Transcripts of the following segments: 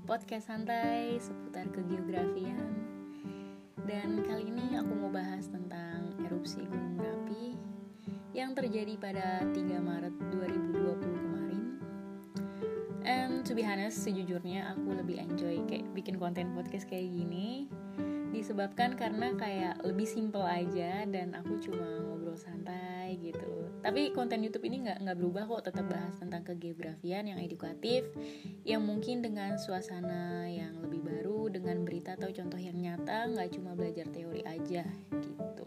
podcast santai seputar kegeografian. Dan kali ini aku mau bahas tentang erupsi Gunung Merapi yang terjadi pada 3 Maret 2020 kemarin. And to be honest, sejujurnya aku lebih enjoy kayak bikin konten podcast kayak gini, disebabkan karena kayak lebih simple aja dan aku cuma ngobrol santai gitu. Tapi konten YouTube ini nggak berubah kok, tetap bahas tentang kegeografian yang edukatif, yang mungkin dengan suasana yang lebih baru, dengan berita atau contoh yang nyata, nggak cuma belajar teori aja gitu.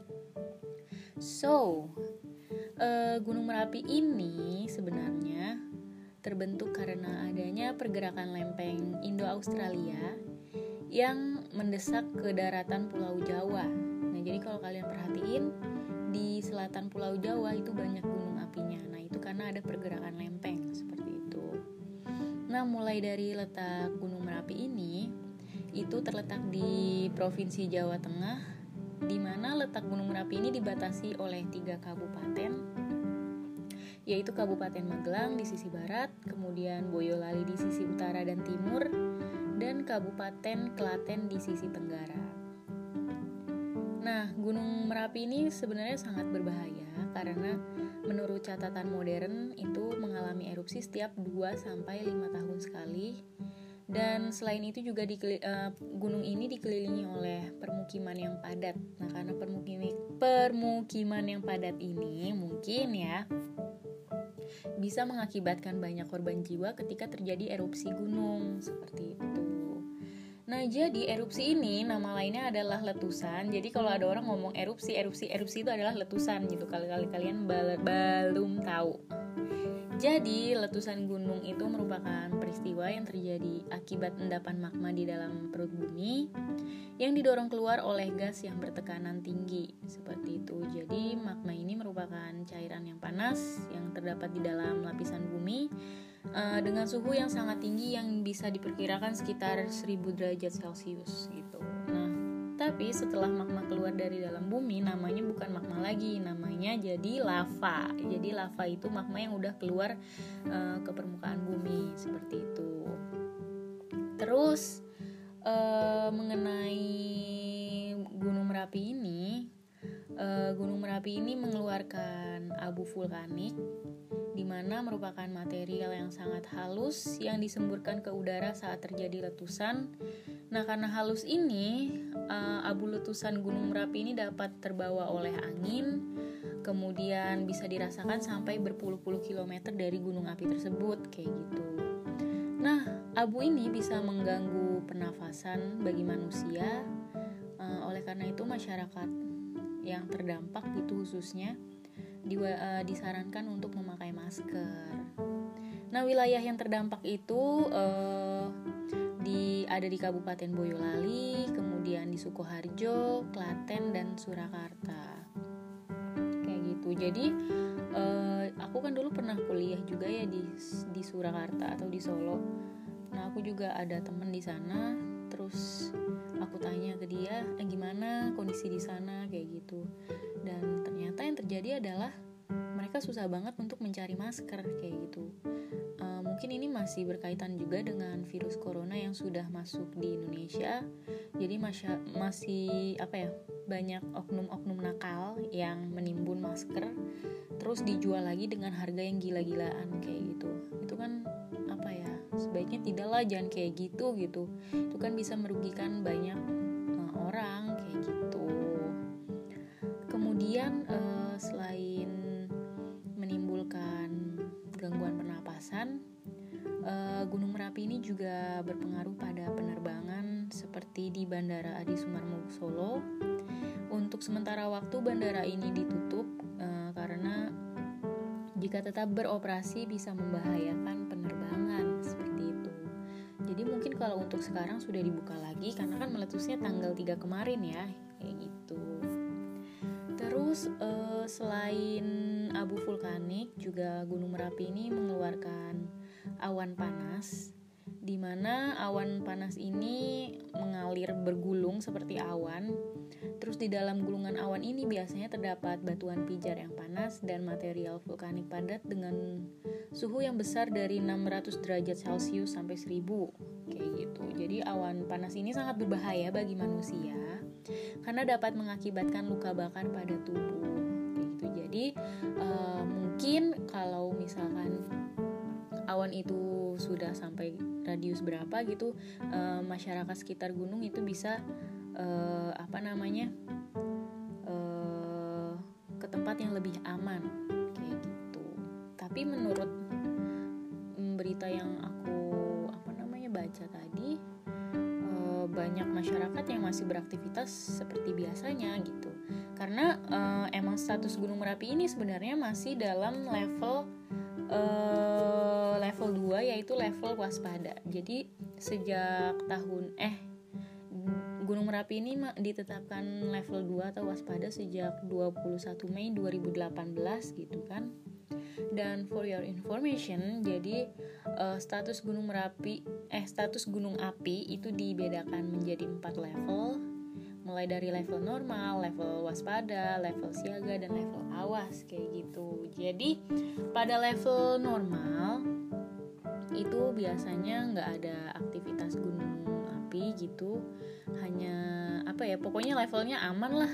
So, Gunung Merapi ini sebenarnya terbentuk karena adanya pergerakan lempeng Indo-Australia yang mendesak ke daratan Pulau Jawa. Nah, jadi kalau kalian perhatiin, di selatan Pulau Jawa itu banyak gunung apinya. Nah, itu karena ada pergerakan lempeng seperti itu. Nah, mulai dari letak Gunung Merapi ini, itu terletak di Provinsi Jawa Tengah, di mana letak Gunung Merapi ini dibatasi oleh 3 kabupaten, yaitu Kabupaten Magelang di sisi barat, kemudian Boyolali di sisi utara dan timur, dan Kabupaten Klaten di sisi tenggara. Nah, Gunung Merapi ini sebenarnya sangat berbahaya karena menurut catatan modern itu mengalami erupsi setiap 2-5 tahun sekali. Dan selain itu juga gunung ini dikelilingi oleh permukiman yang padat. Nah, karena permukiman yang padat ini mungkin ya bisa mengakibatkan banyak korban jiwa ketika terjadi erupsi gunung seperti itu. Nah, jadi erupsi ini nama lainnya adalah letusan. Jadi kalau ada orang ngomong erupsi itu adalah letusan gitu. Kalian belum tahu. Jadi letusan gunung itu merupakan peristiwa yang terjadi akibat endapan magma di dalam perut bumi yang didorong keluar oleh gas yang bertekanan tinggi seperti itu. Jadi magma ini merupakan cairan yang panas yang terdapat di dalam lapisan bumi dengan suhu yang sangat tinggi yang bisa diperkirakan sekitar 1000 derajat Celcius gitu. Nah, tapi setelah magma keluar dari dalam bumi, namanya bukan magma lagi, namanya jadi lava. Jadi lava itu magma yang udah keluar ke permukaan bumi seperti itu. Terus mengenai Gunung Merapi ini mengeluarkan abu vulkanik, di mana merupakan material yang sangat halus yang disemburkan ke udara saat terjadi letusan. Nah, karena halus ini, abu letusan Gunung Merapi ini dapat terbawa oleh angin, kemudian bisa dirasakan sampai berpuluh-puluh kilometer dari gunung api tersebut, kayak gitu. Nah, abu ini bisa mengganggu pernafasan bagi manusia, oleh karena itu masyarakat yang terdampak itu khususnya disarankan untuk memakai masker. Nah, wilayah yang terdampak itu ada di Kabupaten Boyolali, kemudian di Sukoharjo, Klaten, dan Surakarta. Kayak gitu. Jadi aku kan dulu pernah kuliah juga ya di Surakarta atau di Solo. Nah, aku juga ada teman di sana. Terus aku tanya ke dia, gimana kondisi di sana kayak gitu. Dan ternyata yang terjadi adalah mereka susah banget untuk mencari masker kayak gitu. Mungkin ini masih berkaitan juga dengan virus corona yang sudah masuk di Indonesia. Jadi masih banyak oknum-oknum nakal yang menimbun masker terus dijual lagi dengan harga yang gila-gilaan kayak gitu. Itu kan sebaiknya tidaklah, jangan kayak gitu. Itu kan bisa merugikan banyak orang kayak gitu. Kemudian selain menimbulkan gangguan pernapasan, Gunung Merapi ini juga berpengaruh pada penerbangan seperti di Bandara Adi Sumarmo Solo. Untuk sementara waktu bandara ini ditutup karena jika tetap beroperasi bisa membahayakan penerbangan seperti itu. Jadi mungkin kalau untuk sekarang sudah dibuka lagi karena kan meletusnya tanggal 3 kemarin ya, kayak gitu. Terus selain abu vulkanik, juga Gunung Merapi ini mengeluarkan awan panas, di mana awan panas ini mengalir bergulung seperti awan Terus di dalam gulungan awan ini biasanya terdapat batuan pijar yang panas dan material vulkanik padat dengan suhu yang besar dari 600 derajat Celcius sampai 1000 kayak gitu. Jadi awan panas ini sangat berbahaya bagi manusia karena dapat mengakibatkan luka bakar pada tubuh kayak gitu. Jadi mungkin kalau misalkan awan itu sudah sampai radius berapa gitu, masyarakat sekitar gunung itu bisa ke tempat yang lebih aman kayak gitu. Tapi menurut berita yang aku baca tadi, banyak masyarakat yang masih beraktivitas seperti biasanya gitu. Karena emang status Gunung Merapi ini sebenarnya masih dalam level 2, yaitu level waspada. Jadi sejak Gunung Merapi ini ditetapkan level 2 atau waspada sejak 21 Mei 2018 gitu kan. Dan for your information, jadi status gunung api itu dibedakan menjadi 4 level, mulai dari level normal, level waspada, level siaga, dan level awas kayak gitu. Jadi pada level normal itu biasanya nggak ada aktivitas gunung api gitu, hanya pokoknya levelnya aman lah.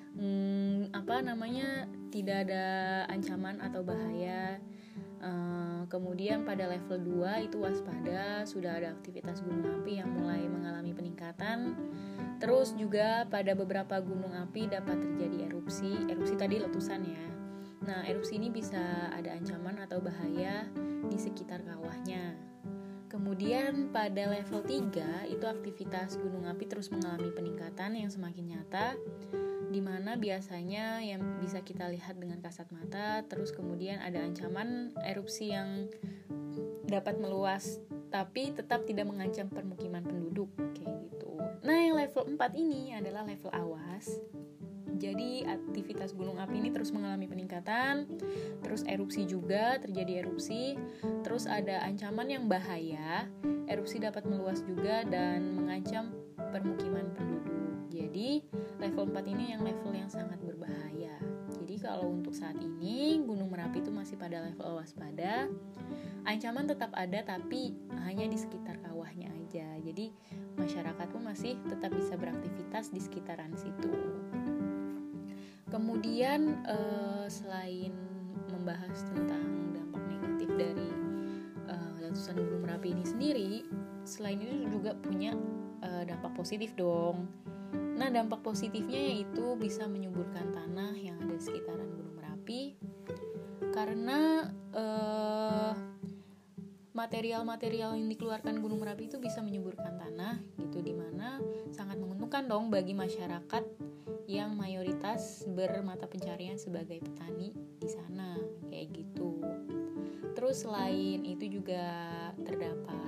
Tidak ada ancaman atau bahaya. Kemudian pada level 2 itu waspada, sudah ada aktivitas gunung api yang mulai mengalami peningkatan. Terus juga pada beberapa gunung api dapat terjadi erupsi tadi letusan ya. Nah, erupsi ini bisa ada ancaman atau bahaya di sekitar kawahnya. Kemudian pada level 3 itu aktivitas gunung api terus mengalami peningkatan yang semakin nyata, di mana biasanya yang bisa kita lihat dengan kasat mata. Terus kemudian ada ancaman erupsi yang dapat meluas tapi tetap tidak mengancam permukiman penduduk kayak gitu. Nah, yang level 4 ini adalah level awas. Jadi aktivitas gunung api ini terus mengalami peningkatan, terus erupsi juga, terjadi erupsi, terus ada ancaman yang bahaya, erupsi dapat meluas juga dan mengancam permukiman penduduk. Jadi level 4 ini yang level yang sangat berbahaya. Jadi kalau untuk saat ini Gunung Merapi itu masih pada level waspada. Ancaman tetap ada tapi hanya di sekitar kawahnya aja. Jadi masyarakat pun masih tetap bisa beraktivitas di sekitaran situ. Kemudian selain membahas tentang dampak negatif dari letusan Gunung Merapi ini sendiri, selain itu juga punya dampak positif dong. Nah, dampak positifnya yaitu bisa menyuburkan tanah yang ada di sekitaran Gunung Merapi, karena material-material yang dikeluarkan Gunung Merapi itu bisa menyuburkan tanah gitu, dimana sangat menguntungkan dong bagi masyarakat yang mayoritas bermata pencarian sebagai petani di sana kayak gitu. Terus selain itu juga terdapat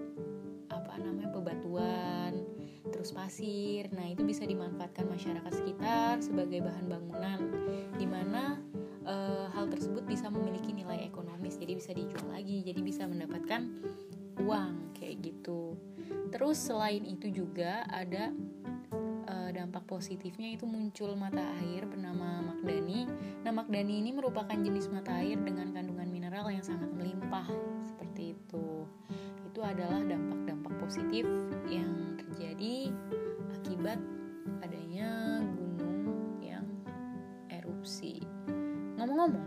bebatuan, terus pasir. Nah, itu bisa dimanfaatkan masyarakat sekitar sebagai bahan bangunan, di mana hal tersebut bisa memiliki nilai ekonomis, jadi bisa dijual lagi, jadi bisa mendapatkan uang kayak gitu. Terus selain itu juga ada dampak positifnya, itu muncul mata air bernama Magdani. Nah, Magdani ini merupakan jenis mata air dengan kandungan mineral yang sangat melimpah seperti itu. Itu adalah dampak-dampak positif yang terjadi akibat adanya gunung yang erupsi. Ngomong-ngomong,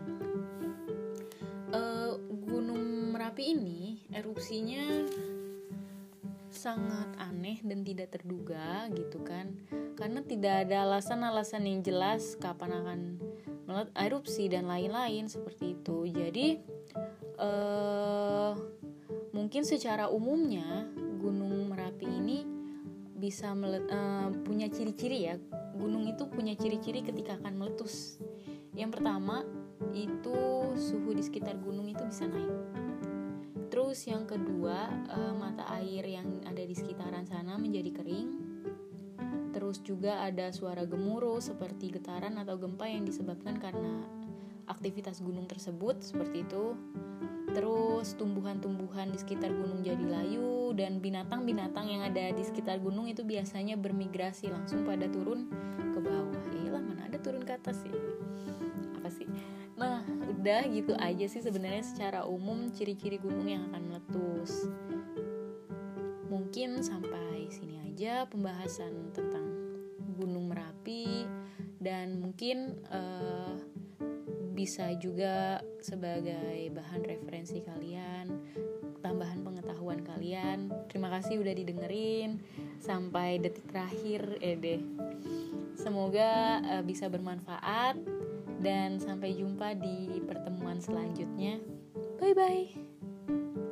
Gunung Merapi ini erupsinya sangat aneh dan tidak terduga gitu kan, karena tidak ada alasan-alasan yang jelas kapan akan erupsi dan lain-lain seperti itu. Jadi mungkin secara umumnya Gunung Merapi ini bisa punya ciri-ciri ya. Gunung itu punya ciri-ciri ketika akan meletus. Yang pertama itu suhu di sekitar gunung itu bisa naik. Terus yang kedua, mata air yang ada di sekitaran sana menjadi kering. Terus juga ada suara gemuruh seperti getaran atau gempa yang disebabkan karena aktivitas gunung tersebut seperti itu. Terus tumbuhan-tumbuhan di sekitar gunung jadi layu dan binatang-binatang yang ada di sekitar gunung itu biasanya bermigrasi langsung pada turun ke bawah. Iyalah, mana ada turun ke atas sih. Apa sih? Nah, udah gitu aja sih sebenarnya secara umum ciri-ciri gunung yang akan meletus. Mungkin sampai sini aja pembahasan tentang Gunung Merapi, dan mungkin bisa juga sebagai bahan referensi kalian, tambahan pengetahuan kalian. Terima kasih udah didengerin sampai detik terakhir deh. Semoga bisa bermanfaat, dan sampai jumpa di pertemuan selanjutnya. Bye bye.